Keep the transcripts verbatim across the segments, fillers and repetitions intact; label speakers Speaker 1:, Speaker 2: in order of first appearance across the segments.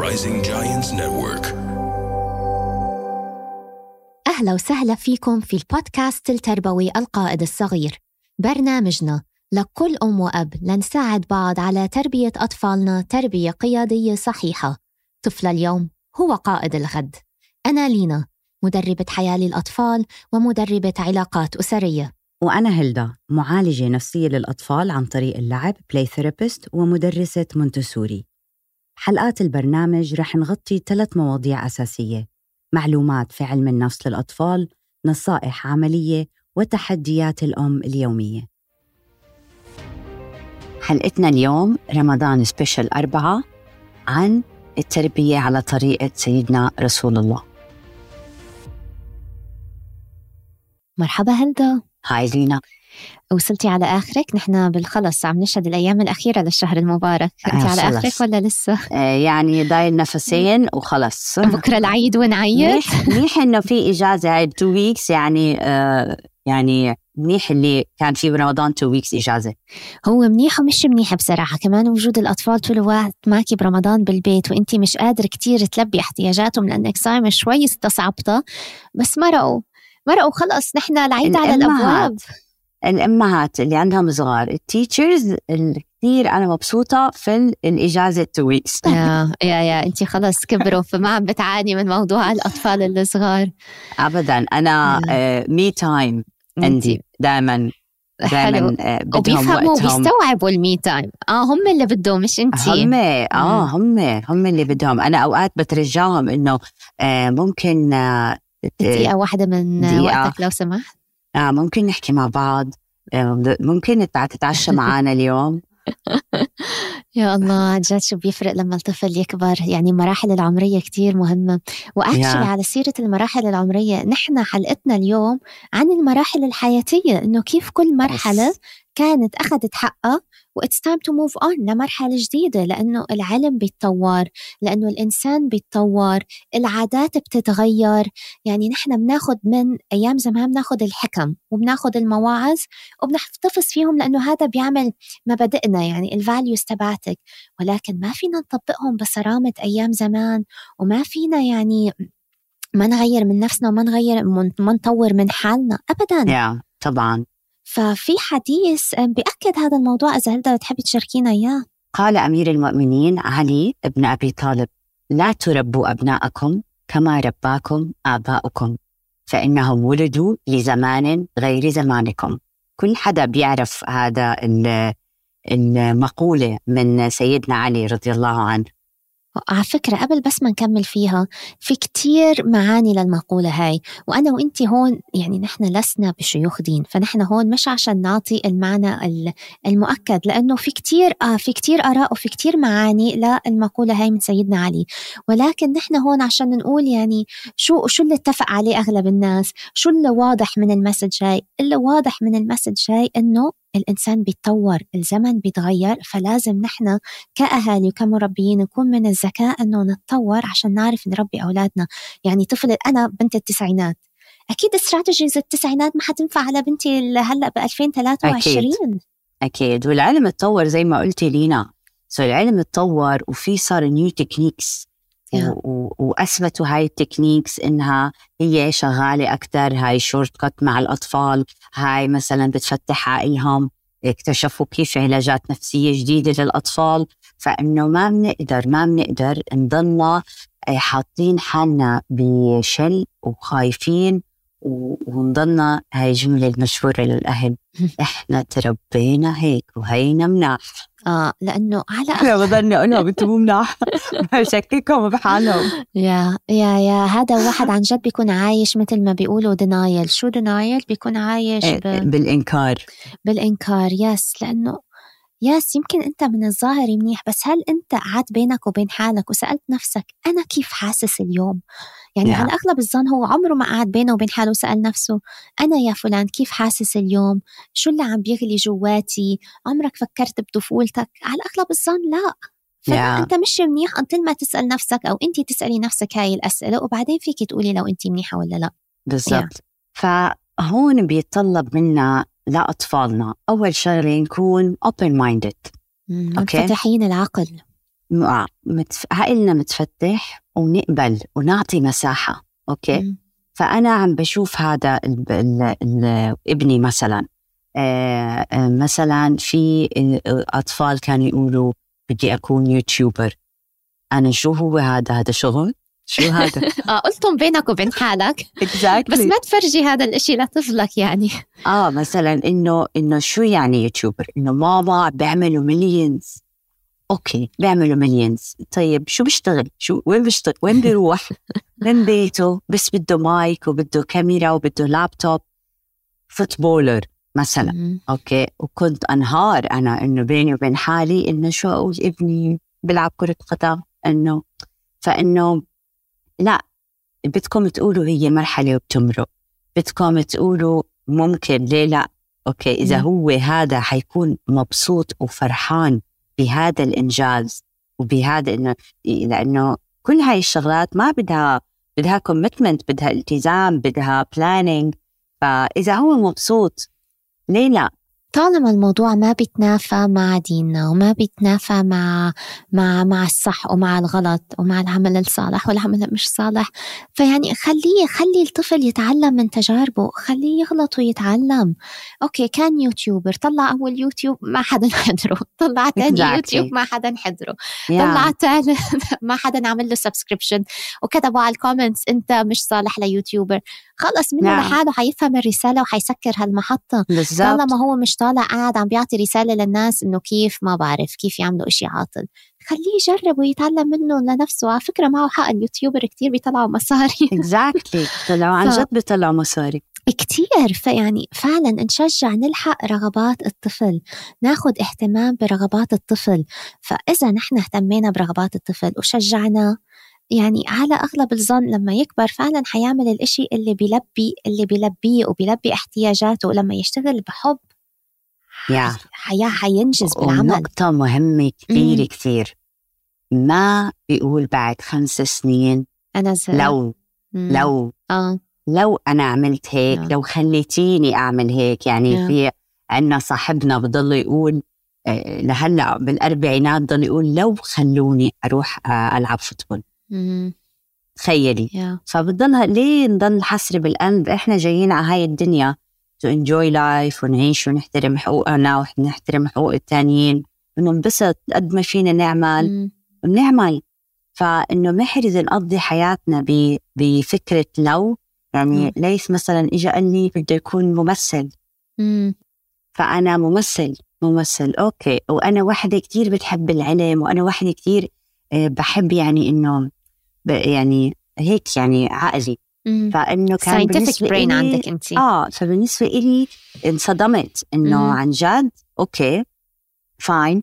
Speaker 1: Rising Giants Network.
Speaker 2: أهلا وسهلا فيكم في البودكاست التربوي القائد الصغير، برنامجنا لكل أم وأب لنساعد بعض على تربية أطفالنا تربية قيادية صحيحة. طفل اليوم هو قائد الغد. أنا لينا، مدربة حياة للأطفال ومدربة علاقات أسرية.
Speaker 3: وأنا هلدا، معالجة نفسية للأطفال عن طريق اللعب بلاي ثيرابيست ومدرسة مونتسوري. حلقات البرنامج رح نغطي ثلاث مواضيع أساسية: معلومات في علم النفس للأطفال، نصائح عملية، وتحديات الأم اليومية. حلقتنا اليوم رمضان سبيشل أربعة عن التربية على طريقة سيدنا رسول الله.
Speaker 2: مرحبا هلدا.
Speaker 3: هاي لينا،
Speaker 2: وصلتي على آخرك؟ نحن بالخلص عم نشهد الأيام الأخيرة للشهر المبارك. أنت
Speaker 3: آه
Speaker 2: على
Speaker 3: خلص.
Speaker 2: آخرك ولا لسه؟
Speaker 3: آه يعني دايل نفسين وخلص.
Speaker 2: بكرة العيد ونعيد.
Speaker 3: منيح منيح إنه في إجازة هاي تو ويكس، يعني آه يعني منيح اللي كان في برمضان تو ويكس إجازة.
Speaker 2: هو منيح ومش منيح بصراحة، كمان وجود الأطفال طول الوقت معك برمضان بالبيت وإنتي مش قادر كتير تلبي احتياجاتهم لأنك صايمة شوي استصعبتها، بس مرقوا مرقوا خلص. نحن العيد على الأبواب.
Speaker 3: الأمهات اللي عندهم صغار، التيتشرز كثير أنا مبسوطة في الإجازة تو ويكس.
Speaker 2: يا يا يا أنتي خلص كبروا فما عم بتعاني من موضوع الأطفال الصغار
Speaker 3: أبدا. أنا مي تايم عندي دائما دائما آه بدهم
Speaker 2: وبيفهموا
Speaker 3: وقتهم،
Speaker 2: بيستوعبوا المي تايم. آه هم اللي بدهم مش أنتي.
Speaker 3: هم آه هم هم اللي بدهم. أنا أوقات بترجاهم إنه آه ممكن آه
Speaker 2: دقيقة واحدة من
Speaker 3: دقيقة.
Speaker 2: وقتك لو سمحت.
Speaker 3: آه ممكن نحكي مع بعض، ممكن تتعشى معانا اليوم.
Speaker 2: يا الله، عن جد شو بيفرق لما الطفل يكبر. يعني المراحل العمرية كتير مهمة. وأكشلي على سيرة المراحل العمرية، نحن حلقتنا اليوم عن المراحل الحياتية، إنه كيف كل مرحلة كانت أخذت حقها و it's time to move on لمرحلة جديدة، لأنه العلم بيتطور، لأنه الإنسان بيتطور، العادات بتتغير. يعني نحن بناخد من أيام زمان بناخد الحكم وبناخد المواعظ وبنحتفظ فيهم، لأنه هذا بيعمل مبادئنا، يعني الفاليوز تبعتك، ولكن ما فينا نطبقهم بصرامة أيام زمان، وما فينا يعني ما نغير من نفسنا وما نغير ما نطور من حالنا أبداً.
Speaker 3: يا طبعاً.
Speaker 2: ففي حديث بيأكد هذا الموضوع، إذا هلدا بتحبي تشاركينا إياه.
Speaker 3: قال أمير المؤمنين علي ابن أبي طالب: لا تربوا أبناءكم كما رباكم آباؤكم، فإنهم ولدوا لزمان غير زمانكم. كل حدا بيعرف هذا المقولة من سيدنا علي رضي الله عنه.
Speaker 2: على فكرة قبل بس ما نكمل فيها، في كتير معاني للمقولة هاي، وأنا وإنتي هون يعني نحن لسنا بشيوخ دين، فنحن هون مش عشان نعطي المعنى المؤكد، لأنه في كتير آه في كتير آراء وفي كتير معاني للمقولة هاي من سيدنا علي، ولكن نحن هون عشان نقول يعني شو شو اللي اتفق عليه أغلب الناس، شو اللي واضح من المسج هاي. اللي واضح من المسج هاي إنه الإنسان بيتطور، الزمن بيتغير، فلازم نحن كأهالي وكمربيين نكون من الذكاء إنه نتطور عشان نعرف نربي أولادنا. يعني طفل، أنا بنت التسعينات، أكيد استراتيجيز التسعينات ما حتنفع على بنتي هلأ بألفين وثلاثة وعشرين.
Speaker 3: أكيد. أكيد. والعلم اتطور زي ما قلتي لينا، سو العلم اتطور وفي صار نيو تكنيكس و- وأثبتوا هاي التكنيكس إنها هي شغالة أكتر، هاي شورت كت مع الأطفال، هاي مثلا بتفتح عقلهم، اكتشفوا كيف علاجات نفسية جديدة للأطفال. فإنه ما بنقدر ما بنقدر نضلنا حاطين حالنا بشل وخايفين ونضلنا. هاي جملة المشهورة للأهل: إحنا تربينا هيك وهينا مناح.
Speaker 2: آه لأنه على
Speaker 3: أنا بضلني أقولها بنتوا مناح بشككهم بحالهم.
Speaker 2: يا يا يا هذا واحد عن جد بيكون عايش مثل ما بيقولوا دينايل. شو دينايل؟ بيكون عايش ب...
Speaker 3: بالإنكار.
Speaker 2: بالإنكار، يس. لأنه ياس يمكن أنت من الظاهر منيح، بس هل أنت قعدت بينك وبين حالك وسألت نفسك أنا كيف حاسس اليوم؟ يعني yeah. على أغلب الظن هو عمره ما قعد بينه وبين حاله وسأل نفسه أنا يا فلان كيف حاسس اليوم؟ شو اللي عم بيغلي جواتي؟ عمرك فكرت بطفولتك؟ على أغلب الظن لا. فأنت yeah. مش منيح أنت ما تسأل نفسك أو أنت تسألي نفسك هاي الأسئلة، وبعدين فيك تقولي لو أنت منيحة ولا لا.
Speaker 3: بالضبط. yeah. فهون بيتطلب منا لأطفالنا أول شغلة نكون open minded،
Speaker 2: منفتحين العقل.
Speaker 3: متف... عقلنا متفتح ونقبل ونعطي مساحة. أوكي. م. فأنا عم بشوف هذا ال... ال... ال... ابني مثلا آه مثلا في أطفال كانوا يقولوا بدي أكون يوتيوبر. أنا شو هو هذا هذا شغل شو هذا؟
Speaker 2: آه قلتم بينك وبين حالك.
Speaker 3: exactly.
Speaker 2: بس ما تفرجي هذا الاشي لطفلك يعني.
Speaker 3: آه مثلا إنه إنه شو يعني يوتيوبر؟ إنه ماما بيعملوا مليونز. أوكي بيعملوا مليونز. طيب شو بيشتغل؟ شو وين بيشتغل؟ وين بيروح؟ من بيته بس بده مايك وبده كاميرا وبده لابتوب. فوتبولر مثلا. م- أوكي. وكنت أنهار أنا إنه بيني وبين حالي إنه شو أقول ابني بلعب كرة قدم. إنه فإنه لا، بدكم تقولوا هي مرحلة وبتمرق، بدكم تقولوا ممكن ليه لا. أوكي إذا م- هو هذا حيكون مبسوط وفرحان بهذا الإنجاز وبهذا إنه لأنه كل هاي الشغلات ما بدها بدها commitment، بدها التزام، بدها planning. فإذا هو مبسوط ليه لا؟
Speaker 2: طالما الموضوع ما بيتنافى مع ديننا وما بيتنافى مع مع مع الصح ومع الغلط ومع العمل الصالح والعمل المش صالح، فيعني خليه خلي الطفل يتعلم من تجاربه، خليه يغلط ويتعلم. أوكي كان يوتيوبر، طلع أول يوتيوب ما حدا حضره، طلع تاني exactly. يوتيوب ما حدا حضره، yeah. طلع ثالث ما حدا عمل له سبسكريبشن وكتبوا على الكومنتس أنت مش صالح ليوتيوبر. خلص منه yeah. لحاله حيفهم الرسالة وحيسكر هالمحطة. طالما هو مش طالع قاعد عم بيعطي رسالة للناس إنه كيف ما بعرف كيف يعملوا إشي عاطل، خليه يجرب ويتعلم منه لنفسه. على فكرة معه حق، اليوتيوبر كتير بيطلعوا مصاري.
Speaker 3: exactly. طلعوا عن جد بيطلعوا مصاري
Speaker 2: كتير. فيعني فعلا نشجع نلحق رغبات الطفل، ناخد اهتمام برغبات الطفل. فإذا نحن اهتمينا برغبات الطفل وشجعنا، يعني على أغلب الظن لما يكبر فعلا حيعمل الإشي اللي بيلبي اللي بيلبيه وبيلبي احتياجاته. لما يشتغل بحب
Speaker 3: yeah.
Speaker 2: حيا حينجز بالعمل.
Speaker 3: نقطة مهمة كتير mm. كتير، ما بيقول بعد خمس سنين
Speaker 2: أنا
Speaker 3: لو mm. لو
Speaker 2: آه.
Speaker 3: لو أنا عملت هيك yeah. لو خليتيني أعمل هيك. يعني yeah. في عنا صاحبنا بضل يقول لهلأ بالأربعينات ضل يقول لو خلوني أروح ألعب فوتبول.
Speaker 2: mm.
Speaker 3: تخيلي
Speaker 2: yeah.
Speaker 3: فبضلها ليه نضل حسر بالقلب؟ إحنا جايين على هاي الدنيا to enjoy life ونعيش ونحترم حقوقنا ونحترم حقوق التانيين وننبسط قد ما فينا نعمل mm. ونعمل. فإنه محرز نقضي حياتنا بفكرة لو يعني mm. ليس مثلا إجا قال لي بده يكون ممثل
Speaker 2: mm.
Speaker 3: فأنا ممثل ممثل أوكي، وأنا واحدة كتير بتحب العلم، وأنا واحدة كتير بحب يعني إنه يعني هيك يعني عقلي
Speaker 2: mm.
Speaker 3: فإنه كان
Speaker 2: بالنسبة إلي عندك أنت
Speaker 3: آه فبالنسبة إلي انصدمت إنه mm. عن جد أوكي فاين.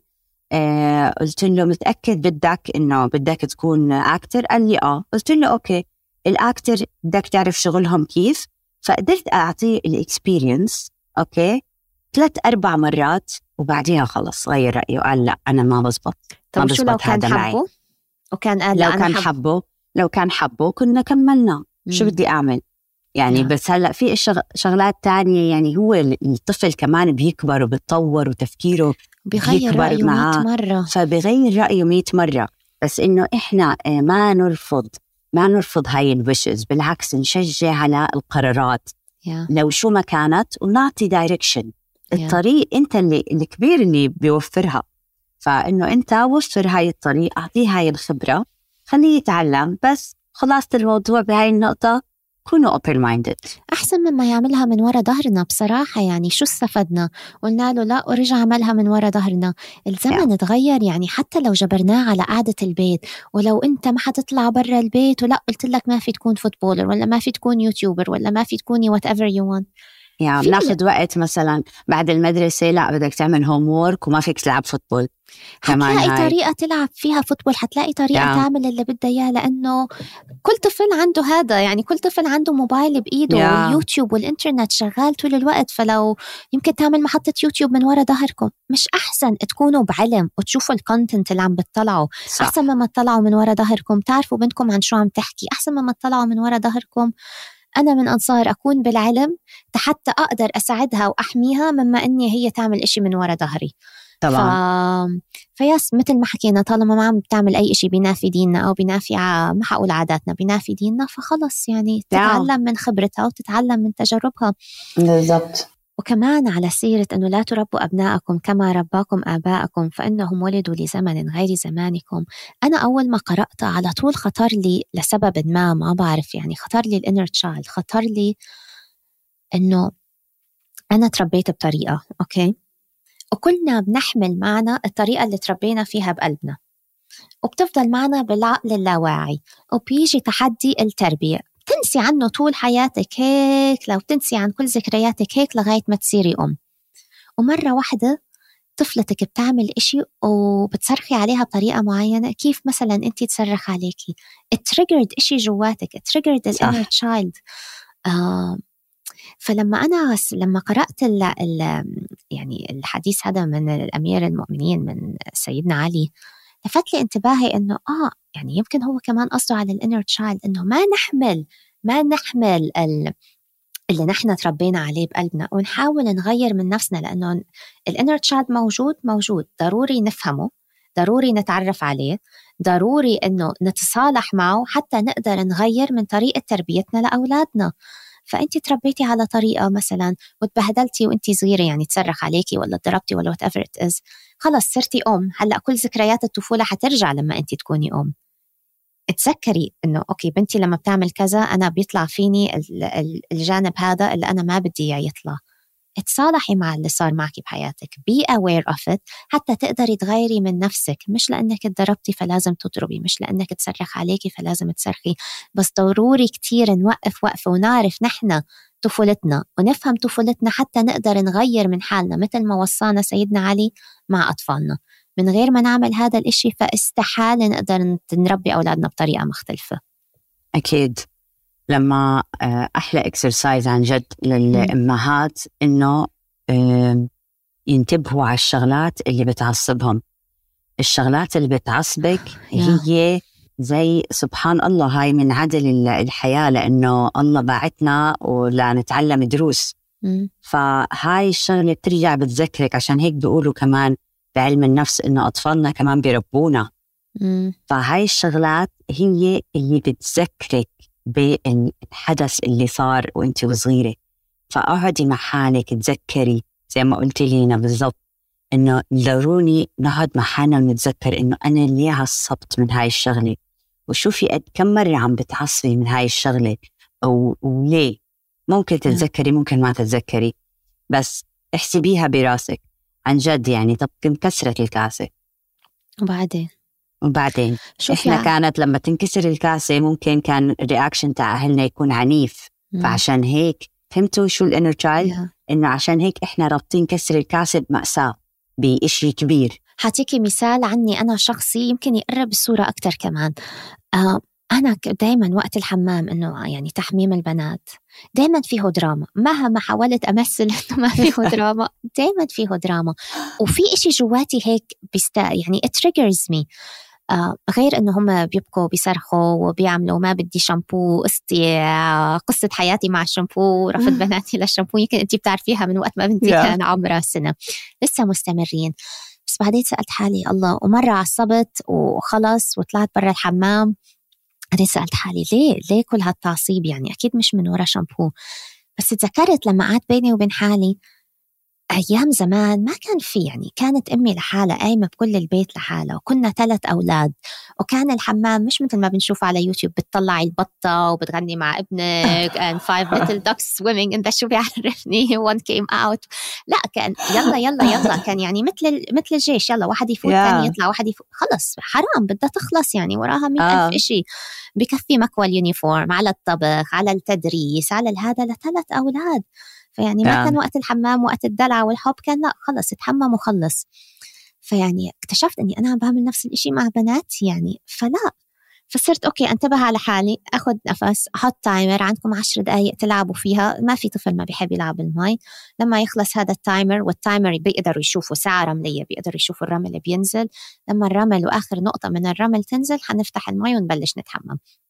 Speaker 3: آه قلت له متأكد بدك إنه بدك تكون أكتر؟ قال لي آه. قلت له أوكي الأكتر بدك تعرف شغلهم كيف. فقدرت أعطيه الإكسبيرينس أوكي ثلاث أربع مرات، وبعديها خلص غير رأيه وقال لا أنا ما بزبط.
Speaker 2: طب شو لو كان حبه وكان قال
Speaker 3: لو كان حبه لو كان حبه كنا كملنا مم. شو بدي أعمل يعني لا. بس هلأ في الشغ... شغلات تانية يعني هو الطفل كمان بيكبر وبيتطور وتفكيره
Speaker 2: بيغير رأيه مئة مرة،
Speaker 3: فبيغير رأيه مئة مرة. بس إنه إحنا ما نرفض ما نرفض هاي الوشز، بالعكس نشجع على القرارات
Speaker 2: yeah.
Speaker 3: لو شو ما كانت، ونعطي دايركشن الطريق yeah. أنت اللي الكبير اللي بيوفرها. فإنه أنت وفر هاي الطريق، أعطيه هاي الخبرة، خليه يتعلم. بس خلاصة الموضوع بهاي النقطة كونوا open minded
Speaker 2: أحسن مما يعملها من وراء ظهرنا بصراحة. يعني شو استفدنا؟ قلنا له لا ورجع عملها من وراء ظهرنا. الزمن yeah. تغير، يعني حتى لو جبرناه على قعدة البيت، ولو أنت ما حتطلع برا البيت ولا قلت لك ما في تكون فوتبولر ولا ما في تكون يوتيوبر ولا ما في تكوني whatever you want.
Speaker 3: يعني بناخد وقت مثلا بعد المدرسة لا بدك تعمل هوم وورك وما فيك تلعب فوتبول،
Speaker 2: حتلاقي طريقة تلعب فيها فوتبول، حتلاقي طريقة yeah. تعمل اللي بدها إياه، لأنه كل طفل عنده هذا. يعني كل طفل عنده موبايل بإيده yeah. واليوتيوب والإنترنت شغال طول الوقت. فلو يمكن تعمل محطة يوتيوب من وراء ظهركم، مش أحسن تكونوا بعلم وتشوفوا الكونتنت اللي عم بتطلعوا؟ أحسن مما تطلعوا من وراء ظهركم تعرفوا بنتكم عن شو عم تحكي. أحسن مما تطلعوا من وراء ظهركم. أنا من أنصار أكون بالعلم حتى أقدر أساعدها وأحميها، مما أني هي تعمل إشي من وراء ظهري.
Speaker 3: طبعا.
Speaker 2: ف... فياس مثل ما حكينا، طالما ما عم بتعمل أي إشي بينافي ديننا أو بينافي ع... ما حقول عاداتنا، بينافي ديننا، فخلص يعني تتعلم من خبرتها وتتعلم من تجربها.
Speaker 3: بالضبط.
Speaker 2: وكمان على سيرة أنه لا تربوا أبناءكم كما رباكم آباءكم فإنهم ولدوا لزمن غير زمانكم. أنا أول ما قرأت على طول خطر لي لسبب ما ما بعرف يعني، خطر لي الانر تشايلد، خطر لي أنه أنا تربيت بطريقة أوكي، وكلنا بنحمل معنا الطريقة اللي تربينا فيها بقلبنا، وبتفضل معنا بالعقل اللاواعي، وبيجي تحدي التربية تنسي عنه طول حياتك هيك، لو تنسي عن كل ذكرياتك هيك لغاية ما تصيري أم، ومرة واحدة طفلتك بتعمل إشي وبتصرخي عليها بطريقة معينة، كيف مثلا أنت تصرخ عليكي، اتريجرد إشي جواتك، اتريجرد الانر تشايلد. آه فلما أنا لما قرأت ال ال يعني الحديث هذا من الأمير المؤمنين من سيدنا علي، لفت لي انتباهي إنه آه يعني يمكن هو كمان قصده على الانر تشايلد، إنه ما نحمل ما نحمل ال اللي نحن تربينا عليه بقلبنا ونحاول نغير من نفسنا، لأنه الانر تشايلد موجود موجود ضروري نفهمه، ضروري نتعرف عليه، ضروري إنه نتصالح معه حتى نقدر نغير من طريقة تربيتنا لأولادنا. فأنت تربيتي على طريقة مثلا وتبهدلتي وأنت صغيرة، يعني تصرخ عليكي ولا ضربتي ولا whatever it is، خلص صرتي أم، هلأ كل ذكريات الطفولة حترجع لما أنت تكوني أم. اتذكري إنه أوكي بنتي لما بتعمل كذا أنا بيطلع فيني الجانب هذا اللي أنا ما بدي إياه يطلع. اتصالحي مع اللي صار معك بحياتك، be aware of it حتى تقدري تغيري من نفسك، مش لأنك اتضربتي فلازم تضربي، مش لأنك تصرخ عليكي فلازم تصرخي، بس ضروري كتير نوقف وقفة ونعرف نحن طفولتنا ونفهم طفولتنا حتى نقدر نغير من حالنا مثل ما وصانا سيدنا علي مع أطفالنا. من غير ما نعمل هذا الإشي فاستحالة نقدر نربي أولادنا بطريقة مختلفة.
Speaker 3: أكيد. لما أحلى إكسرسايز عن جد للأمهات إنه ينتبهوا على الشغلات اللي بتعصبهم. الشغلات اللي بتعصبك هي زي سبحان الله هاي من عدل الحياة، لأنه الله باعتنا ولا نتعلم دروس. م. فهاي الشغلة بترجع بتذكرك، عشان هيك بيقولوا كمان بعلم النفس إنه أطفالنا كمان بيربونا. م. فهاي الشغلات هي اللي بتذكرك بالحدث اللي صار وانت وصغيرة. فأقعدي مع حالك تذكري زي ما قلت لينا بالضبط، إنه ضروري نقعد مع حالنا ونتذكر إنه أنا ليه عصبت من هاي الشغلة، وشوفي قد كم مرة عم بتعصبي من هاي الشغلة أو وليه. ممكن تتذكري ممكن ما تتذكري، بس احسبيها براسك عن جد. يعني طب كم كسرت الكاسة
Speaker 2: وبعدين
Speaker 3: وبعدين إحنا يعني كانت لما تنكسر الكاسة ممكن كان الرياكشن تاع أهلنا يكون عنيف. مم. فعشان هيك فهمتوا شو الانر تشايلد؟ إنه عشان هيك إحنا رابطين كسر الكاسة بمأساة، بإشي كبير.
Speaker 2: حاتيكي مثال عني أنا شخصي يمكن يقرب الصورة أكتر كمان. آه أنا دايما وقت الحمام إنه يعني تحميم البنات دايما فيه دراما، مهما حاولت أمثل إنه ما فيه دراما دايما فيه دراما، وفي إشي جواتي هيك بيست يعني it triggers me. آه غير إنه هم بيبقوا بيصرخوا وبيعملوا ما بدي شامبو، قصتي آه قصة حياتي مع الشامبو، رفض بناتي للشامبو، يمكن أنتي بتعرفيها من وقت ما بنتي yeah. كان عمرها سنة، لسه مستمرين. بس بعدين سألت حالي الله، ومرة عصبت وخلص وطلعت برا الحمام، بعدين سألت حالي ليه ليه كل هالتعصيب؟ يعني أكيد مش من ورا شامبو. بس تذكرت لما قعدت بيني وبين حالي أيام زمان ما كان في، يعني كانت أمي لحالة قايمة بكل البيت لحالة، وكنا ثلاث أولاد، وكان الحمام مش مثل ما بنشوف على يوتيوب بتطلعي البطة وبتغني مع ابنك and five little ducks swimming in the شو بيعرفني one came out. لا كان يلا يلا يلا كان يعني مثل مثل الجيش، يلا واحد يفوت yeah. ثاني يطلع، واحد يفوت، خلص حرام بدها تخلص، يعني وراها مئة ألف إشي بكفي مكوى اليونيفورم على الطبخ على التدريس على هذا لثلاث أولاد. فيعني ما كان وقت الحمام وقت الدلع والحب، كان لا خلص اتحمم وخلص. فيعني اكتشفت أني أنا بعمل نفس الإشي مع بناتي يعني، فلا فصرت أوكي أنتبه على حالي، أخذ نفس، أحط تايمر، عندكم عشر دقايق تلعبوا فيها، ما في طفل ما بيحب يلعب بالماء. لما يخلص هذا التايمر، والتايمر بيقدروا يشوفوا ساعة رملية، بيقدروا يشوفوا الرمل اللي بينزل، لما الرمل وآخر نقطة من الرمل تنزل حنفتح الماء ونبلش نتحمم.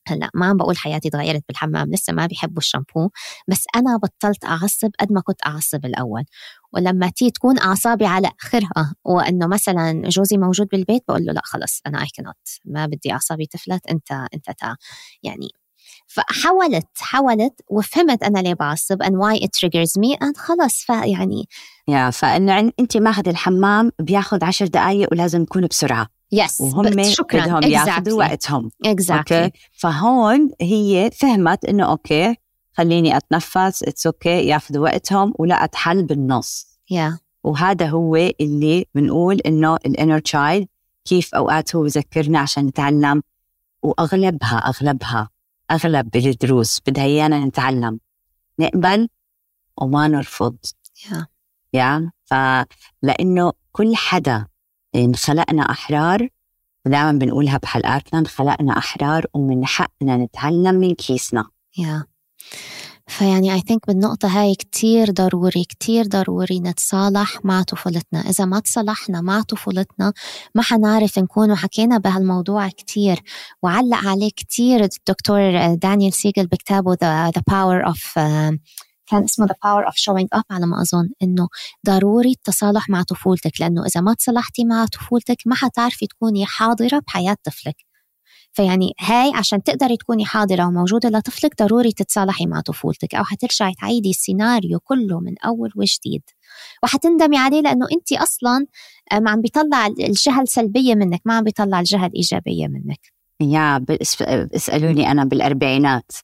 Speaker 2: هلا ما عم بقول حياتي تغيرت بالحمام، لسه ما بيحبوا الشامبو، بس أنا بطلت أعصب قد ما كنت أعصب الأول. ولما تي تكون أعصابي على آخرها وأنه مثلا جوزي موجود بالبيت بقول له لا خلص أنا I cannot، ما بدي أعصابي تفلت، أنت أنت تا يعني. فحاولت حاولت وفهمت أنا ليه بعصب and why it triggers me and خلص. فيعني
Speaker 3: يا فإنه أنت ماخذ الحمام بياخد عشر دقايق ولازم يكون بسرعة.
Speaker 2: yes
Speaker 3: وهم بدهم ياخذوا وقتهم.
Speaker 2: exactly.
Speaker 3: okay. فهون هي فهمت إنه أوكي خليني أتنفس it's okay ياخذوا وقتهم ولا أتحل بالنص.
Speaker 2: yeah.
Speaker 3: وهذا هو اللي بنقول إنه الانر تشايلد كيف أوقات هو بذكرنا عشان نتعلم. وأغلبها أغلبها أغلب الدروس بدها إيانا نتعلم نقبل وما نرفض.
Speaker 2: yeah.
Speaker 3: يا فلأنه كل حدا خلقنا أحرار، دائما بنقولها بحلقاتنا خلقنا أحرار ومن حقنا نتعلم من كيسنا.
Speaker 2: yeah. فيعني I think بالنقطة هاي كتير ضروري كتير ضروري نتصالح مع طفولتنا. إذا ما تصالحنا مع طفولتنا ما حنعرف نكون. وحكينا بهالموضوع كتير وعلق عليه كتير الدكتور دانيال سيغل بكتابه The, the Power of uh, كان اسمه The Power of Showing Up على ما أظن، إنه ضروري التصالح مع طفولتك، لأنه إذا ما تصالحتي مع طفولتك ما حتعرفي تكوني حاضرة بحياة طفلك. فيعني هاي عشان تقدري تكوني حاضرة وموجودة لطفلك ضروري تتصالحي مع طفولتك، أو حترجعي تعيدي السيناريو كله من أول وجديد وحتندمي عليه، لأنه أنت أصلاً ما عم بيطلع الجهة السلبية منك، ما عم بيطلع الجهة الإيجابية منك.
Speaker 3: يا اسألوني أنا بالأربعينات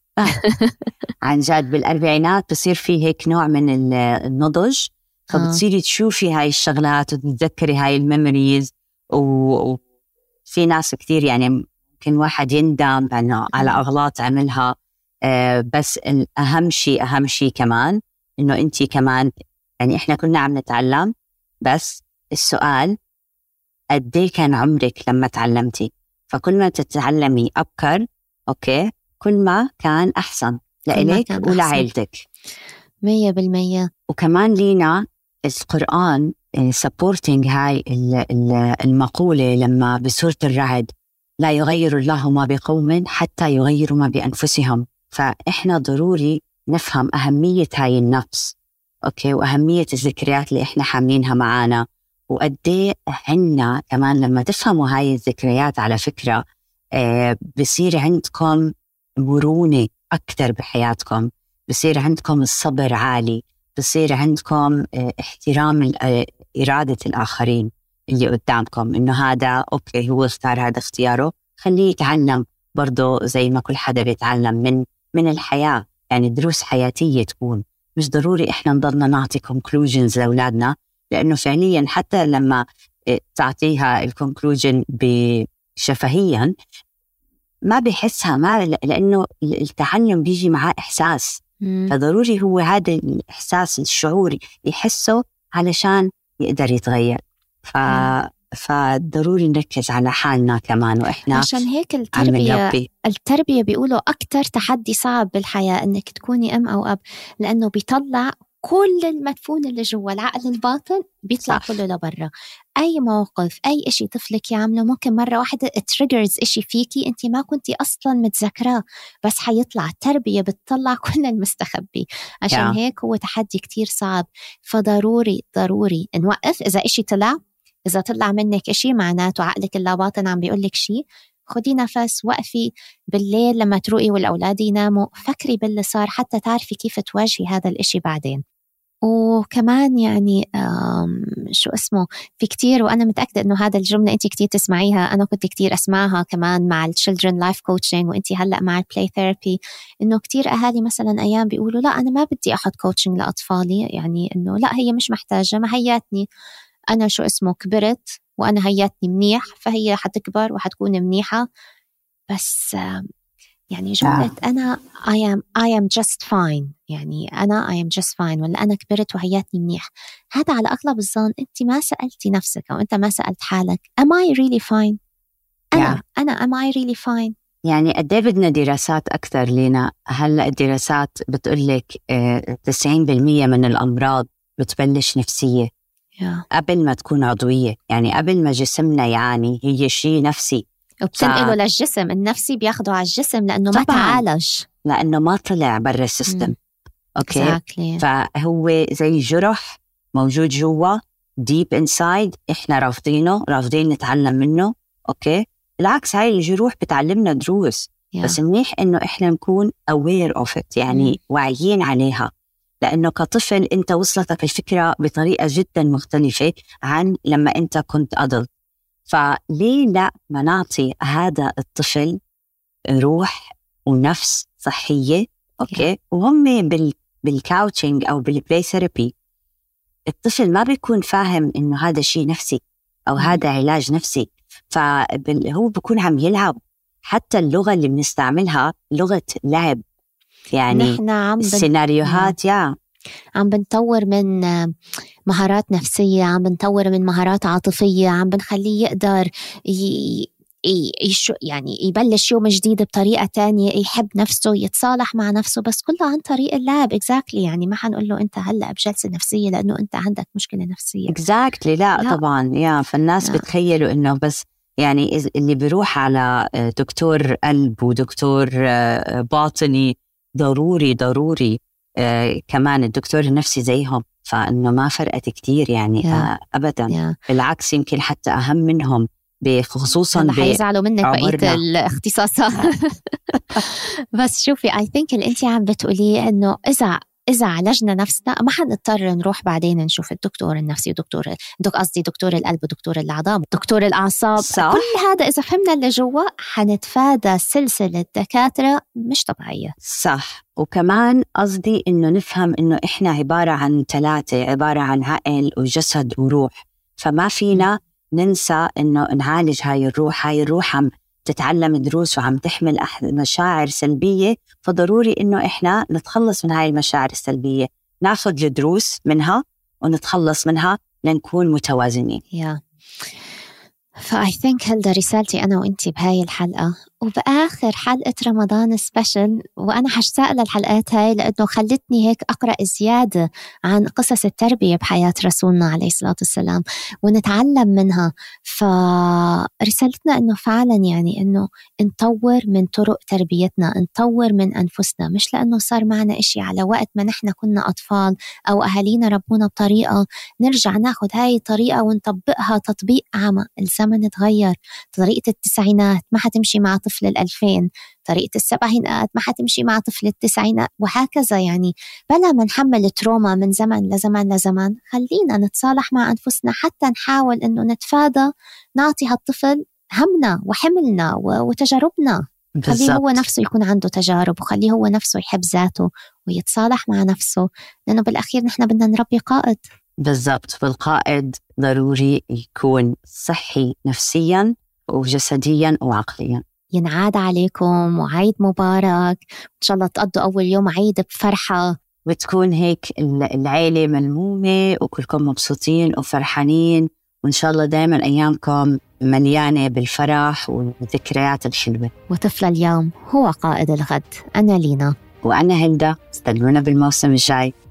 Speaker 3: عن جد بالأربعينات بصير فيه هيك نوع من النضج، فبتصيري تشوفي هاي الشغلات وتتذكري هاي الميموريز. وفي ناس كتير يعني ممكن واحد يندم على أغلاط عملها، بس الأهم شيء أهم شيء كمان إنه أنتي كمان يعني إحنا كنا عم نتعلم، بس السؤال قديه كان عمرك لما تعلمتي؟ فكل ما تتعلمي أبكر أوكي كل ما كان أحسن لإلك ولعائلتك
Speaker 2: مية بالمية.
Speaker 3: وكمان لينا القرآن supporting هاي المقولة لما بسورة الرعد لا يغير الله ما بقوم حتى يغيروا ما بأنفسهم. فإحنا ضروري نفهم أهمية هاي النفس أوكي وأهمية الذكريات اللي إحنا حاملينها معانا، وقديه عنا كمان لما تفهموا هاي الذكريات على فكرة آه بصير عندكم مرونة أكتر بحياتكم، بصير عندكم الصبر عالي، بصير عندكم آه احترام آه إرادة الآخرين اللي قدامكم، إنه هذا أوكي هو اختار هذا اختياره، خليه يتعلم برضو زي ما كل حدا بيتعلم من من الحياة. يعني دروس حياتية تكون، مش ضروري إحنا نضلنا نعطي conclusions لأولادنا، لأنه فعليا حتى لما تعطيها الكونكلوجن بشفهيا ما بيحسها، ما لأنه التعلم بيجي معاه إحساس.
Speaker 2: مم.
Speaker 3: فضروري هو هذا الإحساس الشعوري يحسه علشان يقدر يتغير. ف... فضروري نركز على حالنا كمان، وإحنا
Speaker 2: عشان هيك التربية التربية بيقولوا أكتر تحدي صعب بالحياة إنك تكوني أم أو أب، لأنه بيطلع كل المدفون اللي جوا العقل الباطن بيطلع صح. كله لبرا. أي موقف أي إشي طفلك يعمله ممكن مرة واحدة تريجرز إشي فيكي أنت ما كنتي أصلا متذكراه، بس حيطلع. التربية بتطلع كل المستخبي، عشان yeah. هيك هو تحدي كتير صعب. فضروري ضروري نوقف. إذا إشي طلع إذا طلع منك إشي معناته عقلك اللاباطن عم بيقولك شي، خدي نفس، وقفي بالليل لما تروقي والأولاد يناموا، فكري باللي صار حتى تعرفي كيف تواجهي هذا الإشي بعدين. وكمان يعني شو اسمه في كتير، وأنا متأكدة إنه هذا الجملة أنت كتير تسمعيها، أنا كنت كتير أسمعها كمان مع الchildren life coaching وأنت هلأ مع الplay therapy، إنه كتير أهالي مثلا أيام بيقولوا لا أنا ما بدي أحد coaching لأطفالي، يعني إنه لا هي مش محتاجة، ما هياتني أنا شو اسمه كبرت وأنا هياتني منيح فهي حتكبر وحتكون منيحة. بس يعني جملة أنا I am I am just fine، يعني أنا I am just fine ولا أنا كبرت وهياتني منيح، هذا على أغلب الظن أنت ما سألتي نفسك أو أنت ما سألت حالك am I really fine؟ أنا yeah. أنا am I really fine؟
Speaker 3: يعني قديه بدنا دراسات أكثر لينا. هلأ الدراسات بتقولك تسعين بالمية من الأمراض بتبلش نفسية
Speaker 2: yeah.
Speaker 3: قبل ما تكون عضوية، يعني قبل ما جسمنا يعني هي شيء نفسي.
Speaker 2: وبتنقله ف... للجسم النفسي، بياخده على الجسم لأنه ما تعالج،
Speaker 3: لأنه ما طلع برا السيستم. أوكي
Speaker 2: exactly.
Speaker 3: فهو زي جرح موجود جوا deep inside، إحنا رافضينه، رافضين نتعلم منه. أوكي بالعكس هاي الجروح بتعلمنا دروس. yeah. بس منيح إنه إحنا نكون aware of it، يعني mm. واعيين عليها، لأنه كطفل أنت وصلتك الفكرة بطريقة جدا مختلفة عن لما أنت كنت أدلت. فليه لا ما نعطي هذا الطفل روح ونفس صحية؟ أوكي yeah. وهم بال بالكاوتشنج أو بالبلاي ثيرابي الطفل ما بيكون فاهم إنه هذا شيء نفسي أو mm. هذا علاج نفسي، فهو بيكون عم يلعب. حتى اللغة اللي بنستعملها لغة لعب، يعني السيناريوهات يا
Speaker 2: عم بنطور من مهارات نفسية، عم بنطور من مهارات عاطفية، عم بنخليه يقدر ي... يشو يعني يبلش يوم جديد بطريقة تانية، يحب نفسه، يتصالح مع نفسه، بس كله عن طريق اللعب. exactly. يعني ما حنقول له أنت هلأ بجلسة نفسية لأنه أنت عندك مشكلة نفسية.
Speaker 3: exactly. لا, لا. طبعا يا فالناس لا. بتخيلوا إنه بس يعني اللي بيروح على دكتور قلب ودكتور باطني ضروري ضروري آه كمان الدكتور النفسي زيهم، فإنه ما فرقت كتير يعني. yeah. آه أبدا yeah. بالعكس يمكن حتى أهم منهم، بخصوصا
Speaker 2: ب حيزعلوا منك بقية الاختصاصات. بس شوفي I think اللي انتي عم بتقوليه انه إذا إذا عالجنا نفسنا ما حنضطر نروح بعدين نشوف الدكتور النفسي ودكتور دك قصدي دكتور القلب ودكتور العظام ودكتور الأعصاب. صح. كل هذا إذا فهمنا اللي جوا حنتفادى سلسلة دكاترة مش طبيعية.
Speaker 3: صح. وكمان قصدي إنه نفهم إنه إحنا عبارة عن ثلاثة، عبارة عن عقل وجسد وروح، فما فينا ننسى إنه نعالج هاي الروح. هاي الروح عم تتعلم دروس وعم تحمل مشاعر سلبية، فضروري إنه إحنا نتخلص من هاي المشاعر السلبية، ناخد الدروس منها ونتخلص منها لنكون متوازنين.
Speaker 2: yeah. فأي ثينك هلدا رسالتي أنا وإنتي بهاي الحلقة، وبآخر حلقة رمضان سبيشل. وأنا حشتاق للحلقات هاي لأنه خلتني هيك أقرأ زيادة عن قصص التربية بحياة رسولنا عليه الصلاة والسلام ونتعلم منها. فرسالتنا أنه فعلا يعني أنه نطور من طرق تربيتنا، نطور من أنفسنا، مش لأنه صار معنا إشي على وقت ما نحن كنا أطفال أو أهالينا ربونا بطريقة نرجع ناخد هاي الطريقة ونطبقها تطبيق عام. الزمن تغير، طريقة التسعينات ما حتمشي مع طفل الألفين، طريقة السبعينات ما حتمشي مع طفل التسعينات، وهكذا. يعني بلا ما نحمل تروما من زمن لزمن لزمن، خلينا نتصالح مع أنفسنا حتى نحاول إنه نتفادى نعطي هالطفل همنا وحملنا وتجاربنا. خليه هو نفسه يكون عنده تجارب، وخليه هو نفسه يحب ذاته ويتصالح مع نفسه، لأنه بالأخير نحن بدنا نربي قائد.
Speaker 3: بالضبط. والقائد ضروري يكون صحي نفسيا وجسديا وعقليا.
Speaker 2: ينعاد عليكم وعيد مبارك، إن شاء الله تقضوا أول يوم عيد بفرحة،
Speaker 3: وتكون هيك العيلة ملمومة وكلكم مبسوطين وفرحانين، وإن شاء الله دائما أيامكم مليانة بالفرح والذكريات الحلوة.
Speaker 2: وطفل اليوم هو قائد الغد. أنا لينا.
Speaker 3: وأنا هلدا. استنونا بالموسم الجاي.